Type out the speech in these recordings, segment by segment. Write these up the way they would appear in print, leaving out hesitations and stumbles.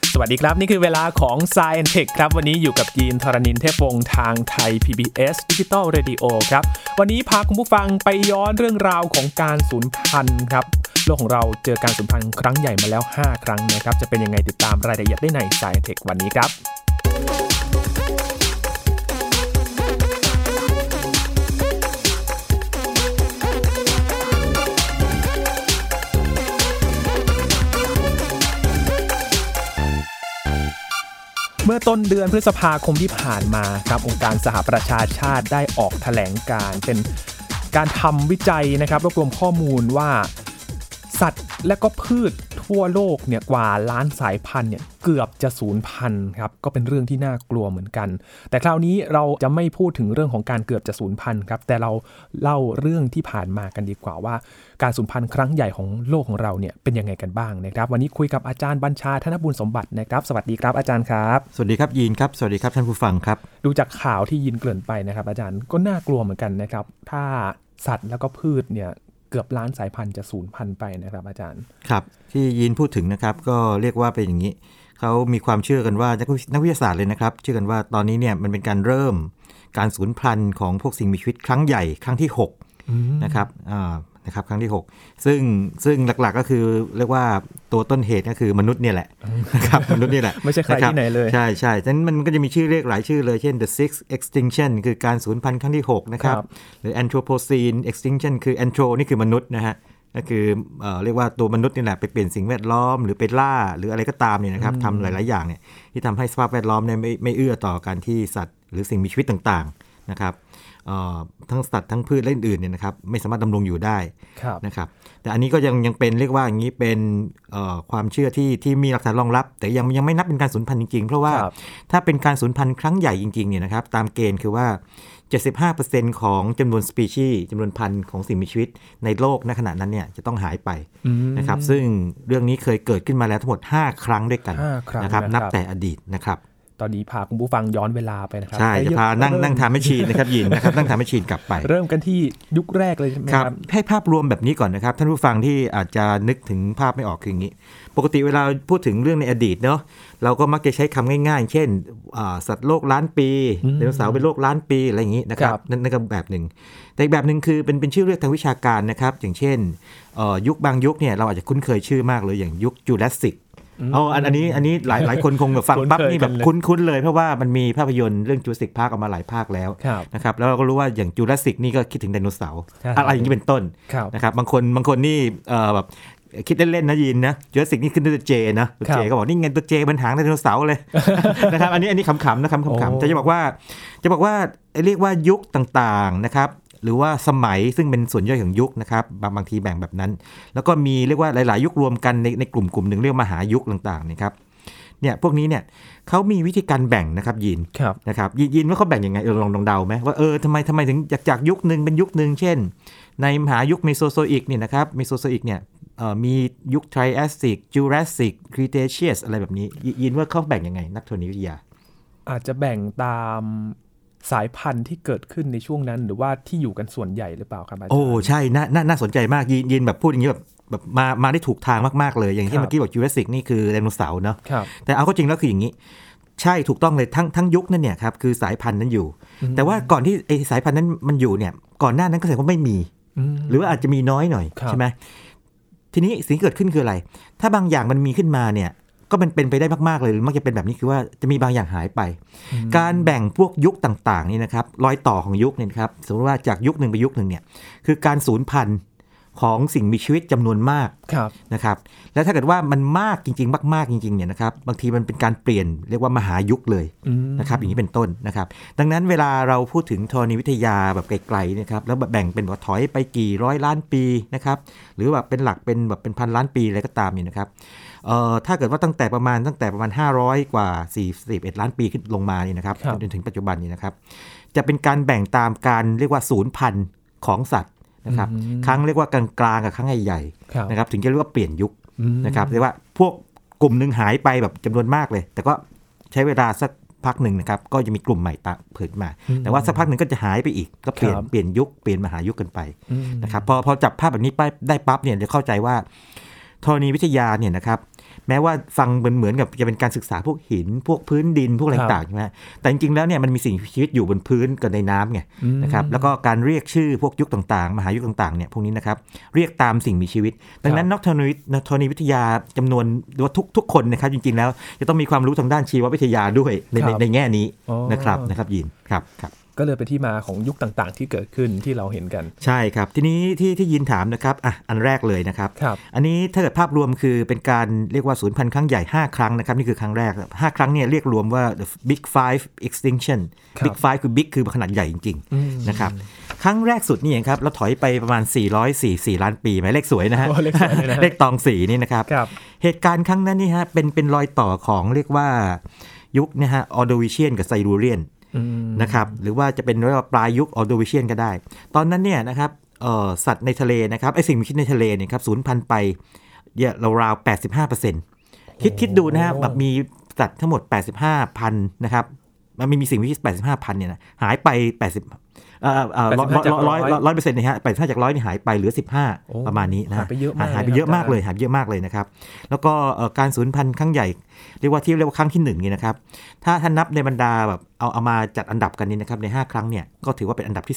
สวัสดีครับนี่คือเวลาของ Science Tech ครับวันนี้อยู่กับยีนธรณินทร์เทพวงศ์ทางไทย PBS Digital Radio ครับวันนี้พาคุณผู้ฟังไปย้อนเรื่องราวของการสูญพันธุ์ครับโลกของเราเจอการสูญพันธุ์ครั้งใหญ่มาแล้ว5ครั้งนะครับจะเป็นยังไงติดตามรายละเอียดได้ใน Science Tech วันนี้ครับเมื่อต้นเดือนพฤษภาคมที่ผ่านมาครับองค์การสหประชาชาติได้ออกแถลงการเป็นการทำวิจัยนะครับรวบรวมข้อมูลว่าสัตว์และก็พืชทั่วโลกเนี่ยกว่าล้านสายพันธุ์เนี่ยเกือบจะสูญพันธุ์ครับก็เป็นเรื่องที่น่ากลัวเหมือนกันแต่คราวนี้เราจะไม่พูดถึงเรื่องของการเกือบจะสูญพันธุ์ครับแต่เราเล่าเรื่องที่ผ่านมากันดีกว่าว่าการสูญพันธุ์ครั้งใหญ่ของโลกของเราเนี่ยเป็นยังไงกันบ้างนะครับวันนี้คุยกับอาจารย์บัญชาธนบุญสมบัตินะครับสวัสดีครับอาจารย์ครับสวัสดีครับยีนครับสวัสดีครับท่านผู้ฟังครับดูจากข่าวที่ยินเกริ่นไปนะครับอาจารย์ก็น่ากลัวเหมือนกันนะครับถ้าสัตว์แล้วก็พืชเนี่ยเกือบล้านสายพันธุ์จะสูญพันธุ์ไปนะครับอาจารย์ครับที่ยีนพูดถึงนะครับก็เรียกว่าเป็นอย่างนี้เขามีความเชื่อกันว่านักวิทยาศาสตร์เลยนะครับเชื่อกันว่าตอนนี้เนี่ยมันเป็นการเริ่มการสูญพันธุ์ของพวกสิ่งมีชีวิตครั้งใหญ่ครั้งที่6นะครับครั้งที่6ซึ่งหลักๆก็คือเรียกว่าตัวต้นเหตุก็คือมนุษย์เนี่ยแหละนะครับมนุษย์นี่แหละไม่ใช่ใครที่ไหนเลยใช่ๆฉะนั้นมันก็จะมีชื่อเรียกหลายชื่อเลยเช่น the sixth extinction คือการสูญพันธุ์ครั้งที่6นะครับหรือ anthropocene extinction คือ anthro นี่คือมนุษย์นะฮะก็คือเรียกว่าตัวมนุษย์นี่แหละไปเปลี่ยนสิ่งแวดล้อมหรือไปล่าหรืออะไรก็ตามเนี่ยนะครับทำหลายๆอย่างเนี่ยที่ทำให้สภาพแวดล้อมเนี่ยไม่เอื้อต่อการที่สัตว์หรือสิ่งมีชีวิตต่างๆนะครับทั้งสัตว์ทั้งพืชและอื่นๆเนี่ยนะครับไม่สามารถดำรงอยู่ได้นะครับแต่อันนี้ก็ยังเป็นเรียกว่าอย่างนี้เป็นความเชื่อที่มีหลักฐานรองรับแต่ยังไม่นับเป็นการสูญพันธุ์จริงๆเพราะว่าถ้าเป็นการสูญพันธุ์ครั้งใหญ่จริงๆเนี่ยนะครับตามเกณฑ์คือว่า 75% ของจำนวนสปีชีส์จำนวนพันธุ์ของสิ่งมีชีวิตในโลกณขณะนั้นเนี่ยจะต้องหายไปนะครับซึ่งเรื่องนี้เคยเกิดขึ้นมาแล้วทั้งหมด5ครั้งด้วยกันนะครับนับแต่อดีตนะครับตอนนี้พาคุณผู้ฟังย้อนเวลาไปนะครับใช่จะพานั่งทำแมชชีนนะครับยินนะครับนั่งทำแมชชีนกลับไปเริ่มกันที่ยุคแรกเลยใช่ไหมครับให้ภาพรวมแบบนี้ก่อนนะครับท่านผู้ฟังที่อาจจะนึกถึงภาพไม่ออกคืออย่างนี้ปกติเวลาพูดถึงเรื่องในอดีตเนาะเราก็มักจะใช้คำง่ายๆเช่นสัตว์โลกล้านปีไดโนเสาร์เป็นโลกล้านปีอะไรอย่างนี้นะครับนั่นก็แบบหนึ่งแต่อีกแบบหนึ่งคือเป็นชื่อเรียกทางวิชาการนะครับอย่างเช่นยุคบางยุคเนี่ยเราอาจจะคุ้นเคยชื่อมากเลยอย่างยุคจูราสสิกอันนี้หลายคนคงแบบฟังปั๊บนี่แบบคุ้นเลยเพราะว่ามันมีภาพยนตร์เรื่องจูราสสิกพาร์คออกมาหลายภาคแล้วนะครับแล้วเราก็รู้ว่าอย่างจูราสสิกนี่ก็คิดถึงไดโนเสาร์อะไรอย่างนี้เป็นต้นนะครับบางคนนี่แบบคิดเล่นๆนะยินนะจูราสสิกนี่ขึ้นตัวเจนะตัวเจก็บอกนี่ไงตัวเจมันหางไดโนเสาร์เลยนะครับอันนี้ขำๆนะขำๆจะบอกว่าเรียกว่ายุคต่างๆนะครับหรือว่าสมัยซึ่งเป็นส่วนย่อยของยุคนะครับบางทีแบ่งแบบนั้นแล้วก็มีเรียกว่าหลายๆยุครวมกันในกลุ่มหนึ่งเรียกมหายุคต่างๆนะครับเนี่ยพวกนี้เนี่ยเขามีวิธีการแบ่งนะครับยินนะครับยินว่าเขาแบ่งยังไงลองเดาไหมว่าทำไมถึงจากยุคนึงเป็นยุคนึงเช่นในมหายุคเมโซโซอิกเนี่ยนะครับเมโซโซอิกเนี่ยมียุคไทรแอสซิกจูราสสิกครีเทเชียสอะไรแบบนี้ยินว่าเขาแบ่งยังไงนักธรณีวิทยาอาจจะแบ่งตามสายพันธุ์ที่เกิดขึ้นในช่วงนั้นหรือว่าที่อยู่กันส่วนใหญ่หรือเปล่าครับอาจารย์โอ้ใช่น่าสนใจมากยินแบบพูดอย่างนี้แบบมาได้ถูกทางมากๆเลยอย่างที่เมื่อกี้บอกจูราสสิกนี่คือไดโนเสาร์เนาะแต่เอาเข้าจริงแล้วคืออย่างนี้ใช่ถูกต้องเลยทั้งยุคนั่นเนี่ยครับคือสายพันธุ์นั้นอยู่แต่ว่าก่อนที่ไอ้สายพันธุ์นั้นมันอยู่เนี่ยก่อนหน้านั้นก็แสดงว่าไม่มีหรือว่าอาจจะมีน้อยหน่อยใช่ไหมทีนี้สิ่งที่เกิดขึ้นคืออะไรถ้าบางอย่างมันมีขึ้นมาเนี่ยก็เป็นไปได้มากๆเลยหรือมักจะเป็นแบบนี้คือว่าจะมีบางอย่างหายไปการแบ่งพวกยุคต่างๆนี่นะครับรอยต่อของยุคเนี่ยครับสมมติว่าจากยุคหนึ่งไปยุคหนึ่งเนี่ยคือการสูญพันธุ์ของสิ่งมีชีวิตจำนวนมากนะครับแล้วถ้าเกิดว่ามันมากจริงๆมากๆจริงๆเนี่ยนะครับบางทีมันเป็นการเปลี่ยนเรียกว่ามหายุคเลยนะครับอย่างนี้เป็นต้นนะครับดังนั้นเวลาเราพูดถึงธรณีวิทยาแบบไกลๆนะครับแล้วแบ่งเป็นว่าถอยไปกี่ร้อยล้านปีนะครับหรือว่าเป็นหลักเป็นแบบเป็นพันล้านปีอะไรก็ตามเนี่ยนะครับถ้าเกิดว่าตั้งแต่ประมาณ500กว่า41ล้านปีขึ้นลงมานี่นะครับจนถึงปัจจุบันนี้นะครับจะเป็นการแบ่งตามการเรียกว่าสูญพันธุ์ของสัตว์นะครับครั้งเรียกว่ากลางๆกับครั้งใหญ่ๆนะครับถึงจะเรียกว่าเปลี่ยนยุคนะครับเรียกว่าพวกกลุ่มนึงหายไปแบบจำนวนมากเลยแต่ก็ใช้เวลาสักพักหนึ่งนะครับก็จะมีกลุ่มใหม่เผยมาแต่ว่าสักพักหนึ่งก็จะหายไปอีกก็เปลี่ยนยุคเปลี่ยนมหายุคกันไปนะครับพอจับภาพแบบนี้ได้ปั๊บเนี่ยจะเข้าใจว่าธรณีวิทยาเนี่ยนะครับแม้ว่าฟังเหมือนกับจะเป็นการศึกษาพวกหินพวกพื้นดินพวกอะไรต่างๆใช่ไหมแต่จริงๆแล้วเนี่ยมันมีสิ่งมีชีวิตอยู่บนพื้นกับในน้ำไงนะครับแล้วก็การเรียกชื่อพวกยุคต่างๆมหายุคต่างๆเนี่ยพวกนี้นะครับเรียกตามสิ่งมีชีวิตดังนั้นนักธรณีวิทยาจำนวนหรือว่าทุกคนนะครับจริงๆแล้วจะต้องมีความรู้ทางด้านชีววิทยาด้วยในแง่นี้นะครับยินครับก็เลยเป็นที่มาของยุคต่างๆที่เกิดขึ้นที่เราเห็นกันใช่ครับทีนี้ที่ยินถามนะครับอันแรกเลยนะครับอันนี้ถ้าเกิดภาพรวมคือเป็นการเรียกว่าสูญพันธุ์ครั้งใหญ่5ครั้งนะครับนี่คือครั้งแรก5ครั้งเนี่ยเรียกรวมว่า the big five extinction big five คือ big คือขนาดใหญ่จริงๆนะครับครั้งแรกสุดนี่เองครับเราถอยไปประมาณ444ล้านปีหมายเลขสวยนะฮะ เลขตอง4นี่นะครับเหตุการณ์ครั้งนั้นนี่ฮะเป็นรอยต่อของเรียกว่ายุคนะฮะออร์โดวิเชียนกับไซลูเรียนนะครับหรือว่าจะเป็นเรียกว่าปลายยุคออร์โดวิเชียนก็ได้ตอนนั้นเนี่ยนะครับสัตว์ในทะเลนะครับไอสิ่งมีชีวิตในทะเลเนี่ยครับสูญพันธุ์ไปเนี่ยราวๆ 85% คิดดูนะฮะแบบมีสัตว์ทั้งหมด 85,000 นะครับมันมีสิ่งมีชีวิต 85,000 เนี่ยนะหายไป100%นะฮะ85จาก100นี่หายไปเหลือ15ประมาณนี้นะหายไปเยอะมากเลยนะครับแล้วก็การสูญพันธุ์ครั้งใหญ่เรียกว่าครั้งที่1นี่นะครับถ้านับในบรรดาแบบเอามาจัดอันดับกันนี่นะครับใน5ครั้งเนี่ยก็ถือว่าเป็นอันดับที่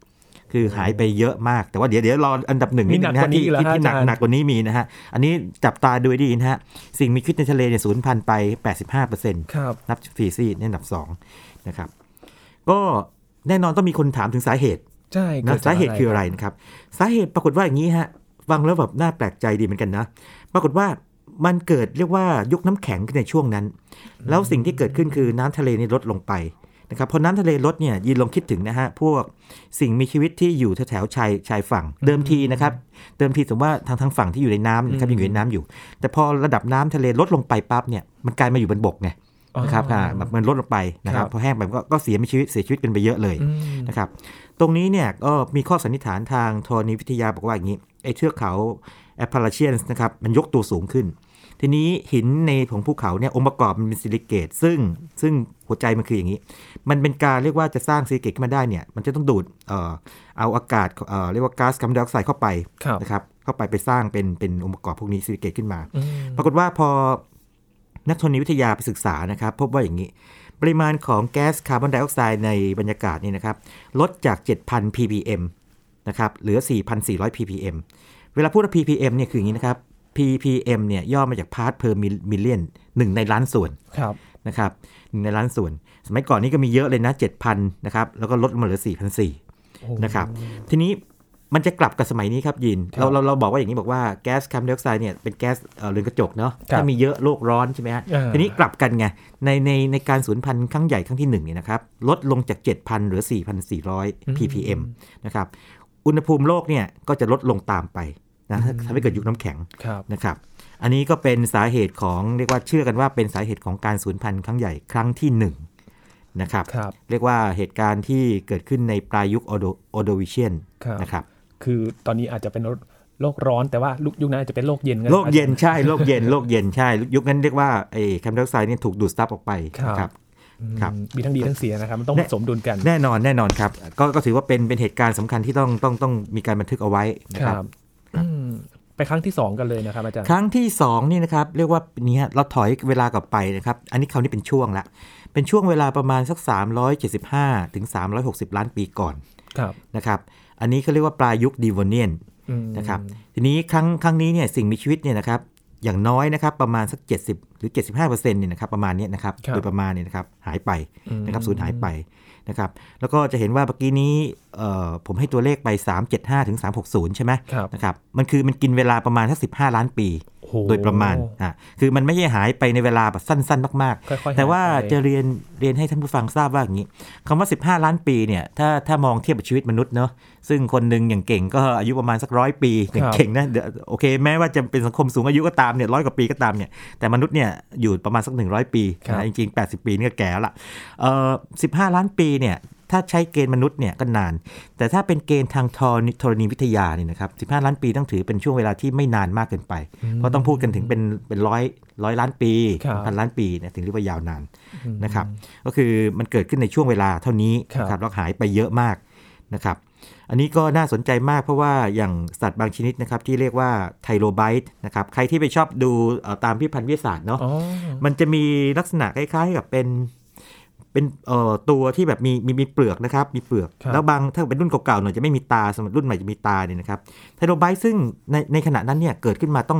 2คือหายไปเยอะมากแต่ว่าเดี๋ยวรออันดับ1นิดนึงนะฮะที่หนักกว่านี้มีนะฮะอันนี้จับตาดูดีนะฮะสิ่งมีชีวิตในทะเลเนี่ยสูญพันธุ์ไป 85% นับฟีซี่ในอันดับ2นะครับก็แน่นอนต้องมีคนถามถึงสาเหตุใช่นะสาเหตุคืออะไรนะครับสาเหตุปรากฏว่าอย่างนี้ฮะฟังแล้วแบบน่าแปลกใจดีเหมือนกันนะปรากฏว่ามันเกิดเรียกว่ายุคน้ำแข็งในช่วงนั้นแล้วสิ่งที่เกิดขึ้นคือน้ำทะเลนี่ลดลงไปนะครับพอน้ำทะเลลดเนี่ยยินลองคิดถึงนะฮะพวกสิ่งมีชีวิตที่อยู่แถวชายฝั่งเดิมทีนะครับเดิมทีสมมติว่าทางฝั่งที่อยู่ในน้ำนะครับยังอยู่ในน้ำอยู่แต่พอระดับน้ำทะเลลดลงไปปั๊บเนี่ยมันกลายมาอยู่บนบกไงนะครับแบบมันลดลงไปนะครับพอแห้งไปก็เสียชีวิตกันไปเยอะเลยนะครับตรงนี้เนี่ยก็มีข้อสันนิษฐานทางธรณีวิทยาบอกว่าอย่างนี้ไอ้เทือกเขาแอปพาราเชียนนะครับมันยกตัวสูงขึ้นทีนี้หินในของภูเขาเนี่ยองค์ประกอบมันเป็นซิลิเกตซึ่งหัวใจมันคืออย่างนี้มันเป็นการเรียกว่าจะสร้างซิลิเกตขึ้นมาได้เนี่ยมันจะต้องดูดเอาอากาศเรียกว่าก๊าซคาร์บอนไดออกไซด์เข้าไปนะครับเข้าไปสร้างเป็นองค์ประกอบพวกนี้ซิลิเกตขึ้นมาปรากฏว่าพอนักธรณีวิทยาไปศึกษานะครับพบว่าอย่างนี้ปริมาณของแก๊สคาร์บอนไดออกไซด์ในบรรยากาศนี่นะครับลดจาก 7,000 ppm นะครับเหลือ 4,400 ppm เวลาพูดว่า ppm เนี่ยคืออย่างนี้นะครับ ppm เนี่ยย่อมาจาก part per million 1 ในล้านส่วนนะครับ1ในล้านส่วนสมัยก่อนนี้ก็มีเยอะเลยนะ 7,000 นะครับแล้วก็ลดมาเหลือ 4,400 นะครับทีนี้มันจะกลับกับสมัยนี้ครับยินเราบอกว่าอย่างนี้บอกว่าแก๊สคาร์บอนไดออกไซด์เนี่ยเป็นแก๊สเรือนกระจกเนาะถ้ามีเยอะโลกร้อนใช่ไหมฮะทีนี้กลับกันไงในการสูญพันธุ์ครั้งใหญ่ครั้งที่1เนี่ยนะครับลดลงจาก 7,000 เหลือ 4,400 ppm นะครับอุณหภูมิโลกเนี่ยก็จะลดลงตามไปนะทำให้เกิดยุคน้ำแข็งนะครับอันนี้ก็เป็นสาเหตุของเรียกว่าเชื่อกันว่าเป็นสาเหตุของการสูญพันธุ์ครั้งใหญ่ครั้งที่1นะครับเรียกว่าเหตุการณ์ที่เกิดขึ้นในปลายยุคออร์โดวิเชียนนะครับคือตอนนี้อาจจะเป็นโลกร้อนแต่ว่ายุคนั้นอาจจะเป็นโลกเย็นโลกเย็นใช่โลกเย็นใช่ยุคนั้นเรียกว่าไอ้คาร์บอนไดออกไซด์นี่ถูกดูดซับออกไปนะครับมีทั้งดีทั้งเสียนะครับมันต้องสมดุลกันแน่นอนครับก็ถือว่าเป็นเหตุการณ์สำคัญที่ต้องมีการบันทึกเอาไว้นะครับไปครั้งที่2กันเลยนะครับอาจารย์ครั้งที่2นี่นะครับเรียกว่านี้เราถอยเวลากลับไปนะครับอันนี้คราวนี้เป็นช่วงละเป็นช่วงเวลาประมาณสัก375ถึง360ล้านปีก่อนนะครับอันนี้เขาเรียกว่าปลายยุคดีโวเนียนนะครับทีนี้ครั้งนี้เนี่ยสิ่งมีชีวิตเนี่ยนะครับอย่างน้อยนะครับประมาณสัก70หรือ 75% เนี่ยนะครับประมาณนี้นะครับโดยประมาณเนี่ยนะครับหายไปนะครับสูญหายไปนะครับแล้วก็จะเห็นว่าเมื่อกี้นี้ผมให้ตัวเลขไป375ถึง360ใช่ไหมนะครับมันกินเวลาประมาณสัก15ล้านปีโดยประมาณคือมันไม่ใช่หายไปในเวลาแบบสั้นๆมากๆแต่ว่าจะเรียนให้ท่านผู้ฟังทราบว่าอย่างนี้คำว่า15ล้านปีเนี่ยถ้ามองเทียบกับชีวิตมนุษย์เนาะซึ่งคนนึงอย่างเก่งก็อายุประมาณสัก100ปีอย่างเก่งนะโอเคแม้ว่าจะเป็นสังคมสูงอายุก็ตามเนี่ย100 กว่าปีก็ตามเนี่ยแต่มนุษย์เนี่ยอยู่ประมาณสัก100ปีจริงๆ80ปีนี่ก็แก่ละ15ล้านปีเนี่ยถ้าใช้เกณฑ์มนุษย์เนี่ยก็นานแต่ถ้าเป็นเกณฑ์ทางธรณีวิทยาเนี่ยนะครับ15ล้านปีต้องถือเป็นช่วงเวลาที่ไม่นานมากเกินไปเพราะต้องพูดกันถึงเป็นร้อยล้านปีพันล้านปีเนี่ยถึงเรียกว่ายาวนานนะครับก็คือมันเกิดขึ้นในช่วงเวลาเท่านี้นะครับแล้วหายไปเยอะมากนะครับอันนี้ก็น่าสนใจมากเพราะว่าอย่างสัตว์บางชนิดนะครับที่เรียกว่าไทโรไบต์นะครับใครที่ไปชอบดูตามพิพิธภัณฑ์วิทยาศาสตร์เนาะมันจะมีลักษณะคล้ายๆกับเป็นตัวที่แบบมีเปลือกนะครับมีเปลือกแล้วบางถ้าเป็นรุ่นเก่าๆหน่อยจะไม่มีตาสมัยรุ่นใหม่จะมีตาเนี่ยนะครับไทโรไบต์ซึ่งในขณะนั้นเนี่ยเกิดขึ้นมาต้อง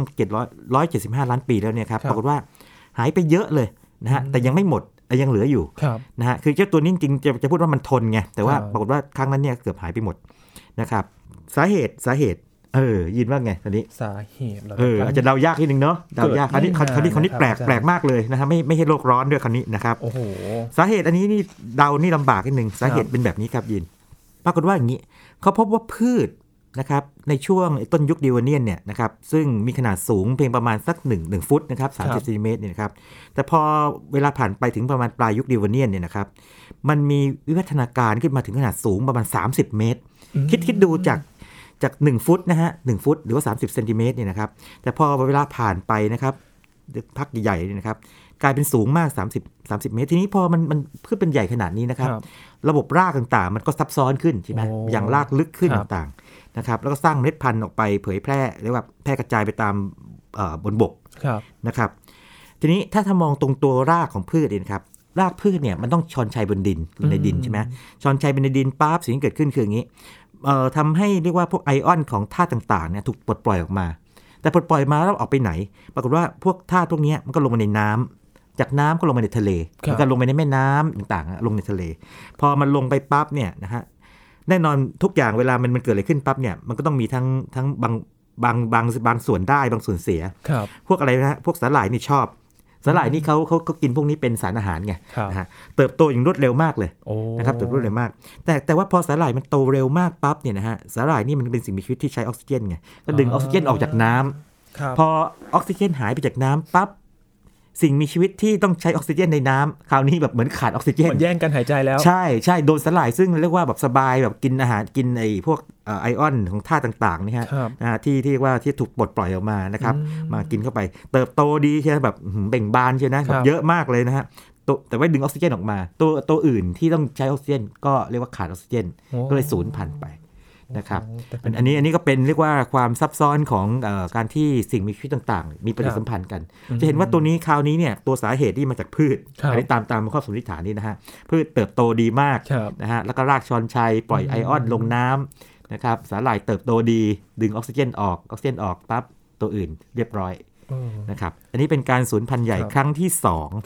175 ล้านปีแล้วเนี่ยครับปรากฏว่าหายไปเยอะเลยนะฮะแต่ยังไม่หมดยังเหลืออยู่นะฮะคือเจ้าตัวนี้จริงๆจะพูดว่ามันทนไงแต่ว่าปรากฏว่าครั้งนั้นเนี่ยเกือบหายไปหมดนะครับสาเหตุยินว่าไงตอนนี้สาเหตุอาจจะเดายากนิดนึงเนาะเดายากคราวนี้แปลกมากเลยนะฮะไม่ใช่โลกร้อนด้วยคราวนี้นะครับสาเหตุอันนี้นี่เดานี่ลำบากนิดนึงสาเหตุเป็นแบบนี้ครับยินปรากฏว่าอย่างนี้เขาพบว่าพืชนะครับในช่วงต้นยุคดิวาเนียนเนี่ยนะครับซึ่งมีขนาดสูงเพียงประมาณสัก1ฟุตนะครับ30 เซนติเมตรเนี่ยนะครับแต่พอเวลาผ่านไปถึงประมาณปลายยุคดิวาเนียนเนี่ยนะครับมันมีวิวัฒนาการขึ้นมาถึงขนาดสูงประมาณ30 เมตรคิดดูจาก1ฟุตนะฮะ1ฟุตหรือว่า30 เซนติเมตรเนี่ยนะครับแต่พอเวลาผ่านไปนะครับพักใหญ่ๆเนี่ยนะครับกลายเป็นสูงมาก30 เมตรทีนี้พอมันพืชเป็นใหญ่ขนาดนี้นะครับระบบรากต่างๆมันก็ซับซ้อนขึ้นใช่ไหมอย่างรากลึกขึ้นต่างๆนะครับแล้วก็สร้างเมล็ดพันธุ์ออกไปเผยแพร่เรียกว่าแพร่กระจายไปตามบนบกนะครับทีนี้ถ้ามองตรงตัวรากของพืชเนี่ยครับรากพืชเนี่ยมันต้องชอนชัยบนดินในดินใช่ไหมชอนชัยบนในดินปั๊บสิ่งที่เกิดขึ้นคืออย่างนี้ทำให้เรียกว่าพวกไอออนของธาตุต่างๆเนี่ยถูกปลดปล่อยออกมาแต่ปลดปล่อยมาแล้วออกไปไหนปรากฏว่าพวกธาตุพวกนี้มันก็ลงมาในน้ำจากน้ำก็ลงมาในทะเลแล้วก็ลงไปในแม่น้ำต่างๆลงในทะเลพอมันลงไปปั๊บเนี่ยนะฮะแน่นอนทุกอย่างเวลามันเกิดอะไรขึ้นปั๊บเนี่ยมันก็ต้องมีทั้งบางส่วนได้บางส่วนเสียพวกอะไรนะพวกสาหร่ายนี่ชอบสาหร่ายนี่เขากินพวกนี้เป็นสารอาหารไงนะฮะเติบโตอย่างรวดเร็วมากเลยนะครับเติบโตรวดเร็วมากแต่ว่าพอสาหร่ายมันโตเร็วมากปั๊บเนี่ยนะฮะสาหร่ายนี่มันเป็นสิ่งมีชีวิตที่ใช้ออกซิเจนไงก็ดึงออกซิเจนออกจากน้ำพอออกซิเจนหายไปจากน้ำปั๊บสิ่งมีชีวิตที่ต้องใช้ออกซิเจนในน้ำคราวนี้แบบเหมือนขาดออกซิเจนมันแย่งกันหายใจแล้วใช่โดนสาหร่ายซึ่งเรียกว่าแบบสบายแบบกินอาหารกินไอ้พวกไอออนของธาตุต่างๆนี่ฮะที่เรียกว่าที่ถูกปลดปล่อยออกมานะครับมากินเข้าไปเติบโตดีใช่ไหมแบบเบ่งบานใช่นะแบบเยอะมากเลยนะฮะแต่ว่าดึงออกซิเจนออกมาตัวอื่นที่ต้องใช้ออกซิเจนก็เรียกว่าขาดออกซิเจนก็เลยสูญพันธุ์ไปนะครับอันนี้ก็เป็นเรียกว่าความซับซ้อนของการที่สิ่งมีชีวิตต่างๆมีปฏิสัมพันธ์กันจะเห็นว่าตัวนี้คราวนี้เนี่ยตัวสาเหตุที่มาจากพืชอันนี้ตามข้อสมมติฐานนี้นะฮะพืชเติบโตดีมากนะฮะแล้วก็รากชอนชัยปล่อยไอออนลงน้ำนะครับสาหร่ายเติบโตดีดึงออกซิเจนออกปั๊บตัวอื่นเรียบร้อยนะครับอันนี้เป็นการสูญพันธุ์ใหญ่ครั้งที่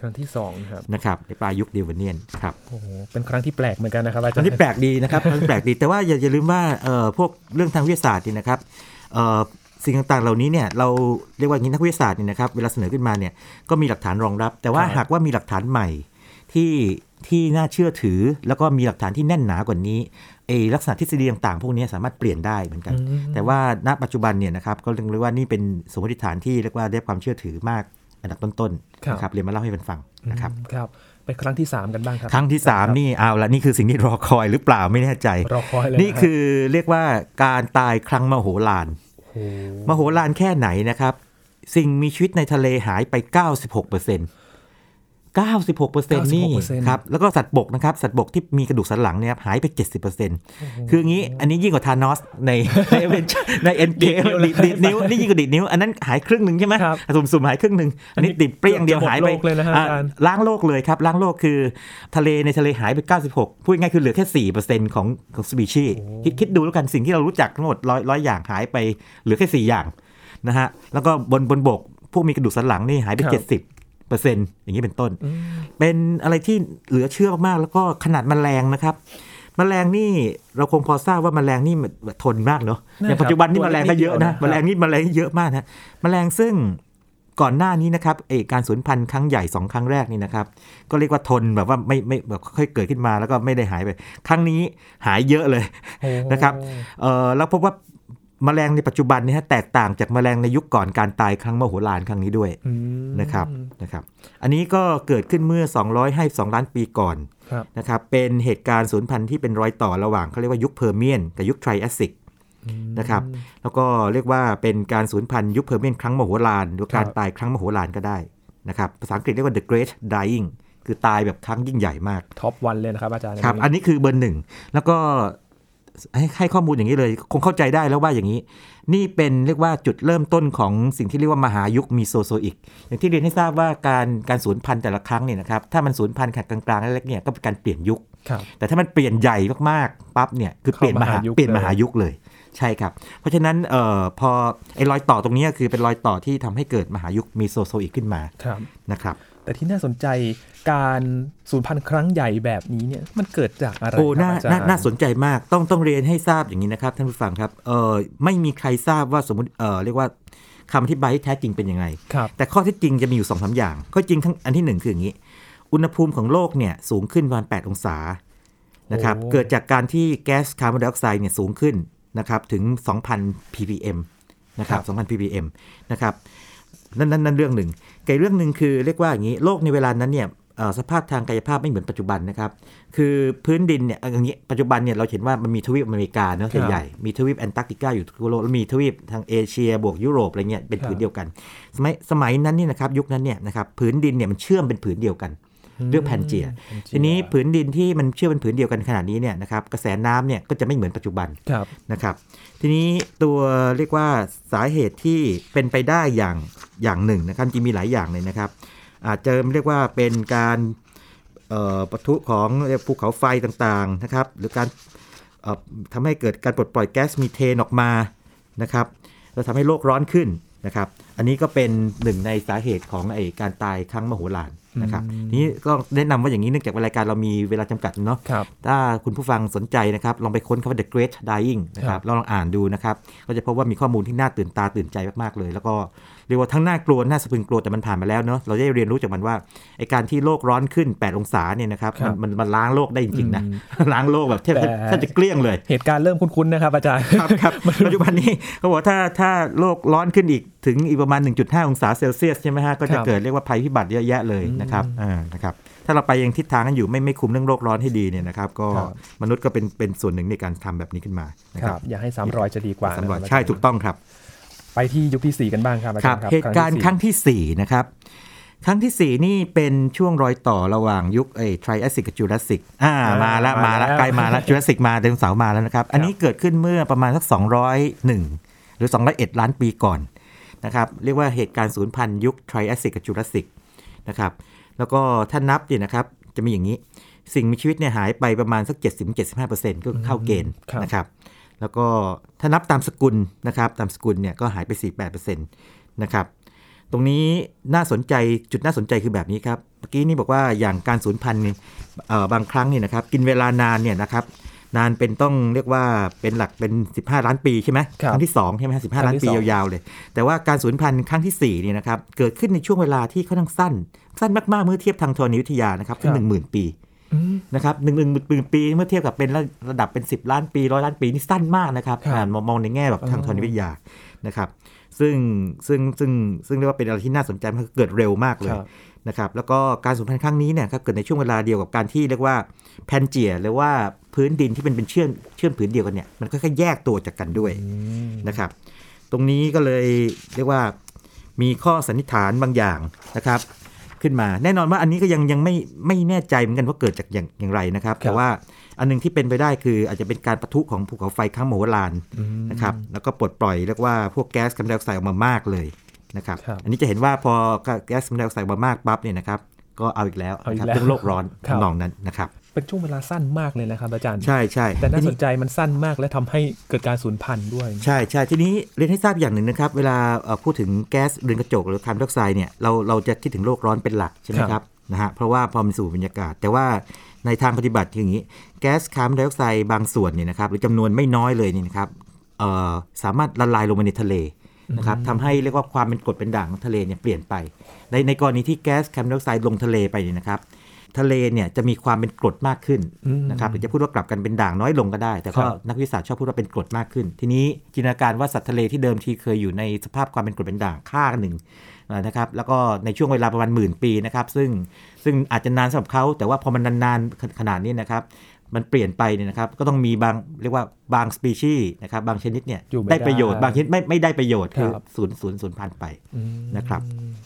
2ครับนะครับในปลายยุคดิวาเนียนครับโอ้โหเป็นครั้งที่แปลกเหมือนกันนะครับอาจารย์ครั้งที่แปลกดีนะครับ ครั้งแปลกดีแต่ว่าอย่าลืมว่าพวกเรื่องทางวิทยาศาสตร์นี่นะครับสิ่งต่างๆเหล่านี้เนี่ยเราเรียกว่านักวิทยาศาสตร์เนี่ยนะครับเวลาเสนอขึ้นมาเนี่ยก็มีหลักฐานรองรับแต่ว่าหากว่ามีหลักฐานใหม่ที่น่าเชื่อถือแล้วก็มีหลักฐานที่แน่นหนากว่านี้ลักษณะทฤษฎีต่างๆพวกนี้สามารถเปลี่ยนได้เหมือนกันแต่ว่าณปัจจุบันเนี่ยนะครับก็เรียกว่านี่เป็นสมมติฐานที่เรียกว่าได้ความเชื่อถือมากอันดับต้นๆนะครับเรียนมาเล่าให้ฟังนะครับไปครั้งที่3กันบ้างครับครั้งที่3นี่เอาละนี่คือสิ่งที่รอคอยหรือเปล่าไม่แน่ใจรอคอยเลยนี่คือเรียกว่าการตายครั้งมโหฬารมโหฬารแค่ไหนนะครับสิ่งมีชีวิตในทะเลหายไป 96%นี่ครับแล้วก็สัตว์บกนะครับสัตว์บกที่มีกระดูกสันหลังเนี่ยหายไป 70% คืออย่างนี้อันนี้ยิ่งกว่าธานอสในเอ็นเกมดีดนิ้วนี่ยิ่งกว่าดีดนิ้วอันนั้นหายครึ่งนึงใช่ไหมสุ่มหายครึ่งนึงอันนี้ติดเปรี้ยงเดียวหายไปล้างโลกเลยครับล้างโลกคือในทะเลหายไป96พูดง่ายคือเหลือแค่ 4% ของสปีชีส์คิดดูแล้วกันสิ่งที่เรารู้จักทั้งหมด100อย่างหายไปเหลือแค่4อย่างนะฮะแล้วก็บนบกพวกมีกระดูกสันหลังนี่หายไป70%อย่างนี้เป็นต้นเป็นอะไรที่เหลือเชื่อมากแล้วก็ขนาดแมลงนะครับแมลงนี่เราคงพอทราบว่าแมลงนี่ทนมากเนาะในปัจจุบันนี่แมลงก็เยอะนะแมลงเยอะมากนะแมลงซึ่งก่อนหน้านี้นะครับการสูญพันธุ์ครั้งใหญ่2ครั้งแรกนี่นะครับก็เรียกว่าทนแบบว่าไม่แบบค่อยเกิดขึ้นมาแล้วก็ไม่ได้หายไปครั้งนี้หายเยอะเลยนะครับแล้วพบว่าแมลงในปัจจุบันนี่ฮะแตกต่างจากแมลงในยุคก่อนการตายครั้งมโหฬารครั้งนี้ด้วยนะครับอันนี้ก็เกิดขึ้นเมื่อ252ล้านปีก่อนนะครับเป็นเหตุการณ์สูญพันธุ์ที่เป็นรอยต่อระหว่างเขาเรียกว่ายุคเพอร์เมียนกับยุคไทรแอสซิกนะครับแล้วก็เรียกว่าเป็นการสูญพันธุ์ยุคเพอร์เมียนครั้งมโหฬารหรือการตายครั้งมโหฬารก็ได้นะครับภาษาอังกฤษเรียกว่า the great dying คือตายแบบครั้งยิ่งใหญ่มากท็อป1เลยนะครับอาจารย์ครับอันนี้คือเบอร์1แล้วก็ให้ข้อมูลอย่างนี้เลยคงเข้าใจได้แล้วว่าอย่างนี้นี่เป็นเรียกว่าจุดเริ่มต้นของสิ่งที่เรียกว่ามหายุคมีโซโซอิกอย่างที่เรียนให้ทราบว่าการสูญพันธุ์แต่ละครั้งเนี่ยนะครับถ้ามันสูญพันธุ์แค่กลางๆเล็กๆเนี่ยก็เป็นการเปลี่ยนยุคแต่ถ้ามันเปลี่ยนใหญ่มากๆปั๊บเนี่ยคือเปลี่ยนมหายุคเลยใช่ครับเพราะฉะนั้นพอไอ้รอยต่อตรงนี้คือเป็นรอยต่อที่ทำให้เกิดมหายุคมีโซโซอิกขึ้นมานะครับแต่ที่น่าสนใจการสูญพันธุ์ครั้งใหญ่แบบนี้เนี่ยมันเกิดจากอะไรน่าสนใจมากต้องเรียนให้ทราบอย่างนี้นะครับท่านผู้ฟังครับไม่มีใครทราบว่าสมมติเรียกว่าคำอธิบายที่แท้จริงเป็นยังไงแต่ข้อที่จริงจะมีอยู่ 2-3 อย่างข้อจริงทั้งอันที่1คืออย่างนี้อุณหภูมิของโลกเนี่ยสูงขึ้นประมาณ8 องศานะครับเกิดจากการที่แก๊สคาร์บอนไดออกไซด์เนี่ยสูงขึ้นนะครับถึง 2,000 ppm นะครับ 2,000 ppm นะครับนั่นเรื่องหนึ่งอีกเรื่องหนึ่งคือเรียกว่าอย่างนี้โลกในเวลานั้นเนี่ยสภาพทางกายภาพไม่เหมือนปัจจุบันนะครับคือพื้นดินเนี่ยอย่างนี้ปัจจุบันเนี่ยเราเห็นว่ามันมีทวีปอเมริกาเนาะใหญ่ๆมีทวีปแอนตาร์กติกาอยู่ทั่วโลกแล้วมีทวีปทางเอเชียบวกยุโรปอะไรเงี้ยเป็นผืนเดียวกันสมัยนั้นนี่นะครับยุคนั้นเนี่ยนะครับผืนดินเนี่ยมันเชื่อมเป็นผืนเดียวกันเรื่องแพนเจียทีนี้ผืนดินที่มันเชื่อมเป็นผืนเดียวกันขนาดนี้เนี่ยนะครับกระแสน้ำเนี่ยก็จะไม่เหมือนปัจจุบันนะครับทีนี้ตัวเรียกว่าสาเหตุที่เป็นไปได้อย่างหนึ่งนะครับจริงมีหลายอย่างเลยนะครับอาจจะเรียกว่าเป็นการปะทุของภูเขาไฟต่างๆนะครับหรือการทำให้เกิดการปลดปล่อยแก๊สมีเทนออกมานะครับแล้วทำให้โลกร้อนขึ้นนะครับอันนี้ก็เป็นหนึ่งในสาเหตุของการตายครั้งมโหฬารนะครับนี้ก็แนะนำว่าอย่างนี้เนื่องจากรายการเรามีเวลาจำกัดเนาะถ้าคุณผู้ฟังสนใจนะครับลองไปค้นคำว่า The Great Dying นะครับลองอ่านดูนะครับก็จะพบว่ามีข้อมูลที่น่าตื่นตาตื่นใจมากๆเลยแล้วก็เรียกว่าทั้งน่ากลัวน่าสะพรึงกลัวแต่มันผ่านมาแล้วเนาะเราได้เรียนรู้จากมันว่าไอ้การที่โลกร้อนขึ้น8 องศาเนี่ยนะครับมันล้างโลกได้จริงๆนะล้างโลกแบบแทบจะเกลี้ยงเลยเหตุการณ์เริ่มคุ้นๆนะครับอาจารย์ครับปัจจุบันนี้เขาบอกถ้าโลกร้อนขึ้นอีกถึงอีกประมาณ 1.5 องศาเซลเซียสใช่ไหมฮะก็จะเกิดเรียกว่าภัยพิบัติเยอะแยะเลยนะครับถ้าเราไปยังทิศทางกันอยู่ไม่คุมเรื่องโลกร้อนให้ดีเนี่ยนะครับก็มนุษย์ก็เป็นส่วนหนึ่งในการทำแบบนี้ขึ้นมานะครับอย่าให้300จะดีกว่าใช่ถูกต้องครับไปที่ยุคที่4กันบ้างครับอาจารย์ครับเหตุการณ์ครั้งที่4นะครับครั้งที่4นี่เป็นช่วงรอยต่อระหว่างยุคไทรแอสซิกกับจูราสสิกมาแล้วใกล้มาแล้วจูราสสิกมาไดโนเสาร์มาแล้วนะครับอันนี้เกิดขึ้นเมื่อประมาณสัก201หรือ201ล้านปีก่อนนะครับเรียกว่าเหตุการณ์สูญพันธุ์ยุคไทรแอสซิกกับจูราสสิกนะครับแล้วก็ถ้านับเนี่ยนะครับจะมีอย่างนี้สิ่งมีชีวิตเนี่ยหายไปประมาณสัก 70-75% ก็เข้าเกณฑ์นะครับแล้วก็ถ้านับตามสกุลนะครับตามสกุลเนี่ยก็หายไป 48% นะครับตรงนี้น่าสนใจจุดน่าสนใจคือแบบนี้ครับเมื่อกี้นี่บอกว่าอย่างการสูญพันธุ์บางครั้งเนี่ยนะครับกินเวลานานเนี่ยนะครับนานเป็นต้องเรียกว่าเป็นหลักเป็น15ล้านปีใช่ไหมครั้งที่2ใช่ไหม15ล้านปียาวๆเลยแต่ว่าการสูญพันธุ์ครั้งที่4เนี่ยนะครับเกิดขึ้นในช่วงเวลาที่ค่อนข้างสั้นมากๆเมื่อเทียบทางธรณีวิทยานะครับคือ 10,000 ปีนะครับ10,000 ปีเมื่อเทียบกับเป็นระดับเป็น10ล้านปี100ล้านปีนี่สั้นมากนะครับมองในแง่แบบทางธรณีวิทยานะครับซึ่งเรียกว่าเป็นอะไรที่น่าสนใจมันเกิดเร็วมากเลยนะครับแล้วก็การสูญพันธุ์ครั้งนี้เนี่ยเกิดในช่วงเวลาเดียวกับการที่เรียกว่าแพนเจียหรือว่าพื้นดินที่เป็นเชื่อมผืนเดียวกันเนี่ยมันค่อยๆแยกตัวจากกันด้วยนะครับตรงนี้ก็เลยเรียกว่ามีข้อสันนิษฐานบางอย่างนะครับขึ้นมาแน่นอนว่าอันนี้ก็ยังไม่แน่ใจเหมือนกันว่าเกิดจากอย่างไรนะครับแต่ว่าอันนึงที่เป็นไปได้คืออาจจะเป็นการปะทุของภูเขาไฟครั้งมโหฬารนะครับแล้วก็ปลดปล่อยเรียกว่าพวกแก๊สคาร์บอนไดออกไซด์ออกมามากเลยนะครับอันนี้จะเห็นว่าพอแก๊สคาร์บอนไดออกไซด์มามากปั๊บเนี่ยนะครับก็เอาอีกแล้วนะครับเรื่องโลกร้อนนองนั้นนะครับเป็นช่วงเวลาสั้นมากเลยนะครับอาจารย์ใช่แต่น่าสนใจมันสั้นมากและทำให้เกิดการสูญพันธุ์ด้วยใช่ทีนี้เรียนให้ทราบอย่างหนึ่งนะครับเวลาพูดถึงแก๊สเรือนกระจกหรือคาร์บอนไดออกไซด์เนี่ยเราจะคิดถึงโลกร้อนเป็นหลักใช่ไหมครับนะฮะเพราะว่าพอมันสู่บรรยากาศแต่ว่าในทางปฏิบัติอย่างนี้แก๊สคาร์บอนไดออกไซด์บางส่วนเนี่ยนะครับหรือจำนวนไม่น้อยเลยนี่นะครับสามารถละลายลงไปในทะเลนะครับทำให้เรียกว่าความเป็นกรดเป็นด่างของทะเลเนี่ยเปลี่ยนไปในกรณีที่แก๊สคาร์บอนไดออกไซด์ลงทะเลไปเนี่ยนะครับทะเลเนี่ยจะมีความเป็นกรดมากขึ้นนะครับหรือจะพูดว่ากลับกันเป็นด่างน้อยลงก็ได้แต่ก็นักวิทยาศาสตร์ชอบพูดว่าเป็นกรดมากขึ้นทีนี้จินตนาการว่าสัตว์ทะเลที่เดิมทีเคยอยู่ในสภาพความเป็นกรดเป็นด่างค่าหนึ่งนะครับแล้วก็ในช่วงเวลาประมาณ10,000 ปีนะครับซึ่งอาจจะนานสำหรับเขาแต่ว่าพอมันนานๆขนาดนี้นะครับมันเปลี่ยนไปเนี่ยนะครับก็ต้องมีบางเรียกว่าบางสปีชีส์นะครับบางชนิดเนี่ยได้ประโยชน์บางชนิดไม่ได้ประโยชน์คือสูญพันธุ์ไปนะครับ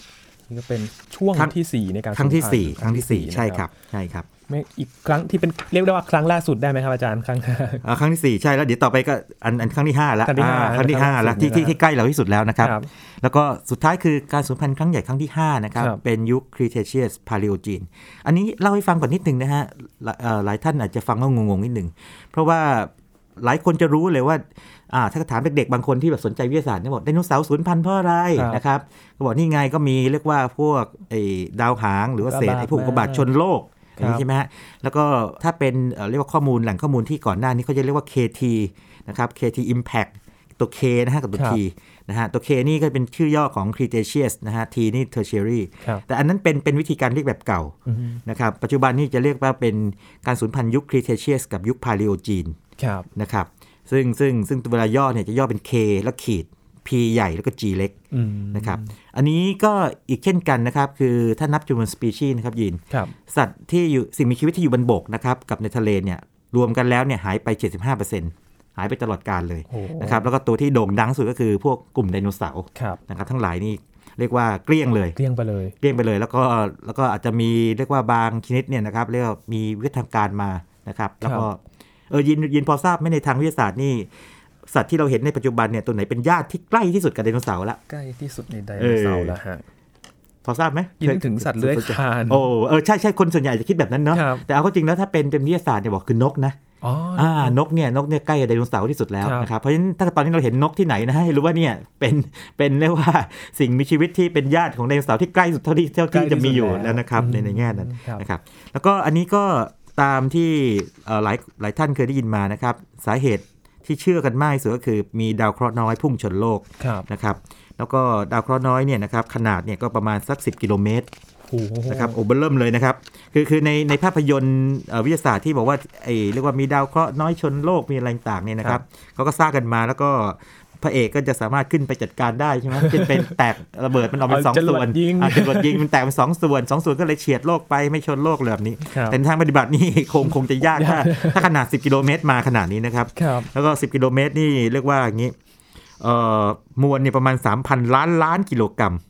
นี่ก็เป็นช่วงที่4ในการครั้งที่4ใช่ครับใช่ครับไม่อีกครั้งที่เป็นเรียกได้ว่าครั้งล่าสุดได้ไหมครับอาจารย์ครั้งที่4ใช่แล้วเดี๋ยวต่อไปก็อันครั้งที่5แล้วครั้งที่5แล้วที่ใกล้เราที่สุดแล้วนะครับแล้วก็สุดท้ายคือการสูญพันธุ์ครั้งใหญ่ครั้งที่5นะครับเป็นยุค Cretaceous Paleogene อันนี้เล่าให้ฟังก่อนนิดนึงนะฮะหลายท่านอาจจะฟังแล้วงงๆนิดนึงเพราะว่าหลายคนจะรู้เลยว่าถ้าถามเด็กๆบางคนที่แบบสนใจวิทยาศาสตร์เนี่ยบอกไดโนเสาร์สูญพันธุ์เพราะอะไรนะครับก็บอกนี่ไงก็มีเรียกว่าพวกดาวหางหรือว่าเศษพวกอุกกาบาตชนโลกใช่ไหมฮะแล้วก็ถ้าเป็นเรียกว่าข้อมูลแหล่งข้อมูลที่ก่อนหน้านี้เขาจะเรียกว่า KT นะครับ KT Impact ตัว K นะฮะกับตัว T นะฮะตัว K นี่ก็เป็นชื่อย่อของ Cretaceous นะฮะ T นี่ Tertiary แต่อันนั้นเป็นวิธีการเรียกแบบเก่านะครับปัจจุบันนี่จะเรียกว่าเป็นการสูญพันธุ์ยุค Cretaceous กับยุค Paleogene นะครับซึ่งเวลาย่อเนี่ยจะย่อเป็น K แล้วขีด P ใหญ่แล้วก็ G เล็กนะครับอันนี้ก็อีกเช่นกันนะครับคือถ้านับจำนวนสปีชีส์นะครับยินสัตว์ที่อยู่สิ่งมีชีวิตที่อยู่บนบกนะครับกับในทะเลเนี่ยรวมกันแล้วเนี่ยหายไป 75%หายไปตลอดกาลเลยนะครับแล้วก็ตัวที่โด่งดังสุดก็คือพวกกลุ่มไดโนเสาร์นะครับทั้งหลายนี่เรียกว่าเกลี้ยงเลยแล้วก็อาจจะมีเรียกว่าบางชนิดเนี่ยนะครับเรียกว่ามีวิทยาการมานะครับแล้วก็ยินพอทราบไหมในทางวิทยาศาสตร์นี่สัตว์ที่เราเห็นในปัจจุบันเนี่ยตัวไหนเป็นญาติที่ใกล้ที่สุดกับไดโนเสาร์ละใกล้ที่สุดในไดโนเสาร์ละฮะพอทราบไหมนึกถึงสัตว์เลื้อยคลานใช่คนส่วนใหญ่จะคิดแบบนั้นเนาะแต่เอาเข้าจริงแล้วถ้าเป็นวิทยาศาสตร์เนี่ยบอกคือนกนะนกเนี่ยใกล้กับไดโนเสาร์ที่สุดแล้วนะครับเพราะฉะนั้นถ้าตอนนี้เราเห็นนกที่ไหนนะให้รู้ว่าเนี่ยเป็นเรียกว่าสิ่งมีชีวิตที่เป็นญาติของไดโนเสาร์ที่ใกล้สุดเท่าที่จะมีอยู่แล้วนะครับในแง่นั้นนะครับแล้วก็อันนี้ก็ตามที่หลายท่านเคยได้ยินมานะครับสาเหตุที่เชื่อกันมากที่สุดก็คือมีดาวเคราะห์น้อยพุ่งชนโลกนะครับแล้วก็ดาวเคราะห์น้อยเนี่ยนะครับขนาดเนี่ยก็ประมาณสัก10 กิโลเมตรนะครับเบิ่มเลยนะครับคือในภาพยนตร์วิทยาศาสตร์ที่บอกว่าเรียกว่ามีดาวเคราะห์น้อยชนโลกมีอะไรต่างเนี่ยนะครับเขาก็สร้างกันมาแล้วก็พระเอกก็จะสามารถขึ้นไปจัดการได้ใช่ไหมเป็นแตกระเบิดมันออกเป็น2 ส่วนจรวดยิงมันแตกเป็น2 ส่วนก็เลยเฉียดโลกไปไม่ชนโลกแบบนี้แต่ทางปฏิบัตินี่คงจะยากถ้าขนาด10 กิโลเมตรมาขนาดนี้นะครับแล้วก็10 กิโลเมตรนี่เรียกว่าอย่างนี้มวลเนี่ยประมาณ 3,000 ล้านกิโลกรัม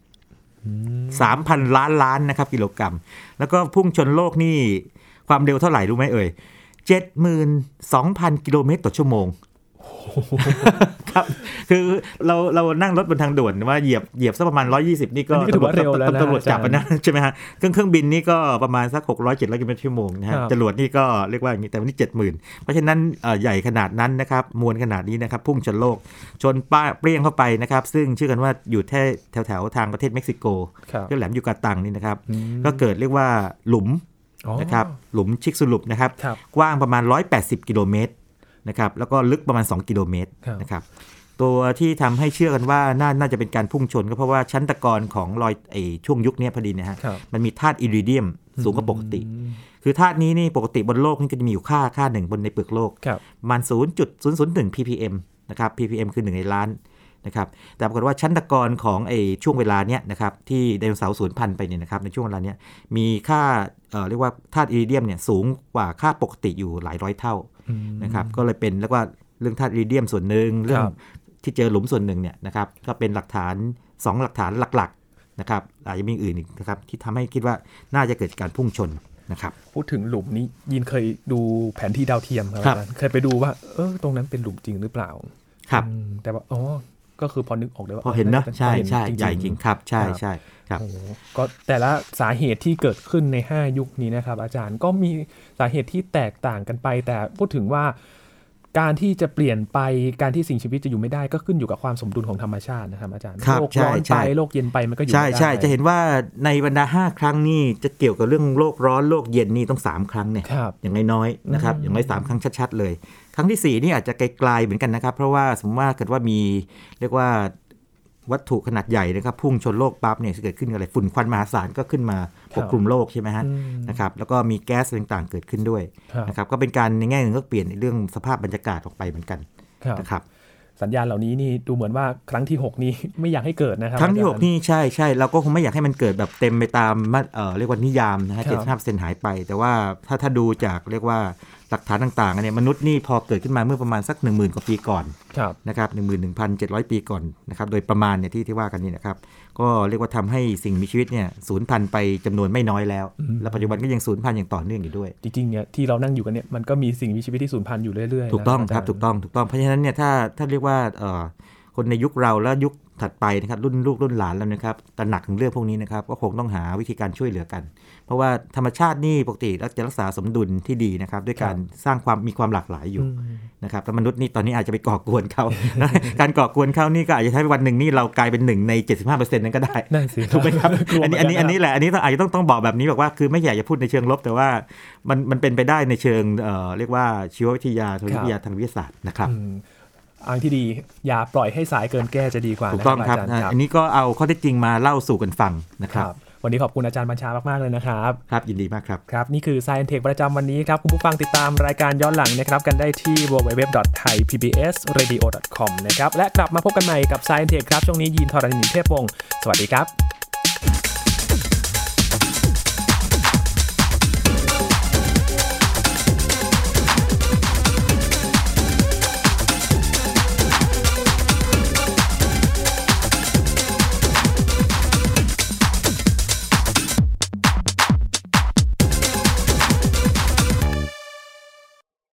3,000 ล้านนะครับกิโลกรัมแล้วก็พุ่งชนโลกนี่ความเร็วเท่าไหร่รู้ไหม72,000 กิโลเมตรต่อชั่วโมงครับคือเรานั่งรถบนทางด่วนว่าเหยียบสักประมาณ120นี่ก็ถือว่าเร็วแล้วนะตำรวจจับนะใช่ไหมฮะเครื่องบินนี่ก็ประมาณสัก600-700 กิโลเมตรชั่วโมงนะฮะจรวดนี่ก็เรียกว่าอย่างนี้แต่วันนี้ 70,000 เพราะฉะนั้นใหญ่ขนาดนั้นนะครับมวลขนาดนี้นะครับพุ่งชนโลกชนเปรี้ยงเข้าไปนะครับซึ่งเชื่อกันว่าอยู่แถวทางประเทศเม็กซิโกที่แหลมยูกาตังนี่นะครับก็เกิดเรียกว่าหลุมนะครับหลุมชิกซุลุปนะครับกว้างประมาณ180 กิโลเมตรนะครับแล้วก็ลึกประมาณ2 กิโลเมตรนะครับตัวที่ทำให้เชื่อกันว่าน่าจะเป็นการพุ่งชนก็เพราะว่าชั้นตะกอนของรอยช่วงยุคนี้พอดีนะฮะมันมีธาตุอิริเดียมสูงกว่าปกติคือธาตุนี้นี่ปกติบนโลกนี่ก็จะมีอยู่ค่าหนึ่งบนในเปลือกโลกมัน 0.001 ppm นะครับ ppm คือ1ในล้านนะครับแต่ปรากฏว่าชั้นตะกอนของช่วงเวลาเนี้ยนะครับที่ไดโนเสาร์สูญพันธุ์ไปเนี่ยนะครับในช่วงเวลาเนี้ยมีค่าเรียกว่าธาตุอิริเดียมเนี่ยสูงกว่าค่าปกติอยู่หลายร้อยเท่านะครับก็เลยเป็นเรียกว่าเรื่องธาตุอิริเดียมส่วนหนึ่งเรื่องที่เจอหลุมส่วนหนึ่งเนี่ยนะครับก็เป็นหลักฐาน2หลักฐานหลักๆนะครับอาจจะมีอื่นอีกนะครับที่ทำให้คิดว่าน่าจะเกิดการพุ่งชนนะครับพูดถึงหลุมนี้ยินเคยดูแผนที่ดาวเทียมครับเคยไปดูว่าตรงนั้นเป็นหลุมจริงหรือเปล่าครับแต่ว่าก็คือพอนึกออกได้ว่าพอเห็นนะใช่ใหญ่จริงครับใช่ครับก็แต่ละสาเหตุที่เกิดขึ้นใน5ยุคนี้นะครับอาจารย์ก็มีสาเหตุที่แตกต่างกันไปแต่พูดถึงว่าการที่จะเปลี่ยนไปการที่สิ่งชีวิตจะอยู่ไม่ได้ก็ขึ้นอยู่กับความสมดุลของธรรมชาตินะครับอาจารย์โลกร้อนไปโลกเย็นไปมันก็อยู่ไม่ได้ใช่จะเห็นว่าในบรรดา5ครั้งนี่จะเกี่ยวกับเรื่องโลกร้อนโลกเย็นนี่ต้อง3ครั้งเนี่ยอย่างน้อยๆนะครับอย่างน้อย3ครั้งชัดๆเลยครั้งที่4นี่อาจจะไกลๆเหมือนกันนะครับเพราะว่าสมมติว่าเกิดว่ามีเรียกว่าวัตถุขนาดใหญ่นะครับพุ่งชนโลกปั๊บเนี่ยจะเกิดขึ้นอะไรฝุ่นควันมหาศาลก็ขึ้นมาปกคลุมโลกใช่ไหมฮะนะครับแล้วก็มีแก๊สต่างๆเกิดขึ้นด้วยนะครับก็เป็นการในแง่หนึ่งก็เปลี่ยนเรื่องสภาพบรรยากาศออกไปเหมือนกันนะครับสัญญาณเหล่านี้นี่ดูเหมือนว่าครั้งที่6นี้ไม่อยากให้เกิดนะครับครั้งที่6นี่ใช่เราก็คงไม่อยากให้มันเกิดแบบเต็มไปตามเรียกว่านิยามนะฮะ75%หายไปแต่ว่าถ้าดูจากเรียกว่าหลักฐานต่างๆเนี่ยมนุษย์นี่พอเกิดขึ้นมาเมื่อประมาณสัก 10,000 กว่าปีก่อนนะครับ 11,700 ปีก่อนนะครับโดยประมาณเนี่ยที่ว่ากันนี่นะครับก็เรียกว่าทำให้สิ่งมีชีวิตเนี่ยสูญพันธุ์ไปจำนวนไม่น้อยแล้วและปัจจุบันก็ยังสูญพันธุ์อย่างต่อเนื่องอยู่ด้วยจริงๆเนี่ยที่เรานั่งอยู่กันเนี่ยมันก็มีสิ่งมีชีวิตที่สูญพันธุ์อยู่เรื่อยๆถูกต้องครับถูกต้องเพราะฉะนั้นเนี่ยถ้าเรียกว่าคนในยุคเราและยุคถัดไปนะครับรุ่นลูกรุ่นหลานแล้วนะครับตระหนักถึงเรื่องพวกนี้นะครับก็คงต้องหาวิธีการช่วยเหลือกันเพราะว่าธรรมชาตินี่ปกติจะรักษาสมดุลที่ดีนะครับด้วยการสร้างมีความหลากหลายอยู่นะครับแล้วมนุษย์นี่ตอนนี้อาจจะไปก่อกวนเขา การก่อกวนเขานี่ก็อาจจะใช้วันหนึ่งนี่เรากลายเป็น1ใน 75% นั้นก็ได้ถูกไหมครับอันนี้แหละอันนี้อาจจะต้องบอกแบบนี้บอกว่าคือไม่อยากจะพูดในเชิงลบแต่ว่ามันเป็นไปได้ในเชิงเรียกว่าชีววิทยาทางวิทยาทางวิทยาศาสตร์นะครับอันที่ดีอย่าปล่อยให้สายเกินแก้จะดีกว่าถูกต้องครับอันนี้ก็เอาข้อเท็จจริงมาเล่าสู่กันฟังนะครับวันนี้ขอบคุณอาจารย์บัญชามากๆเลยนะครับครับยินดีมากครับครับนี่คือ Science Tech ประจำวันนี้ครับคุณผู้ฟังติดตามรายการย้อนหลังนะครับกันได้ที่ www.thaipbsradio.com นะครับและกลับมาพบกันใหม่กับ Science Tech ครับช่วงนี้ยินทรณินเทพวงศ์สวัสดีครับ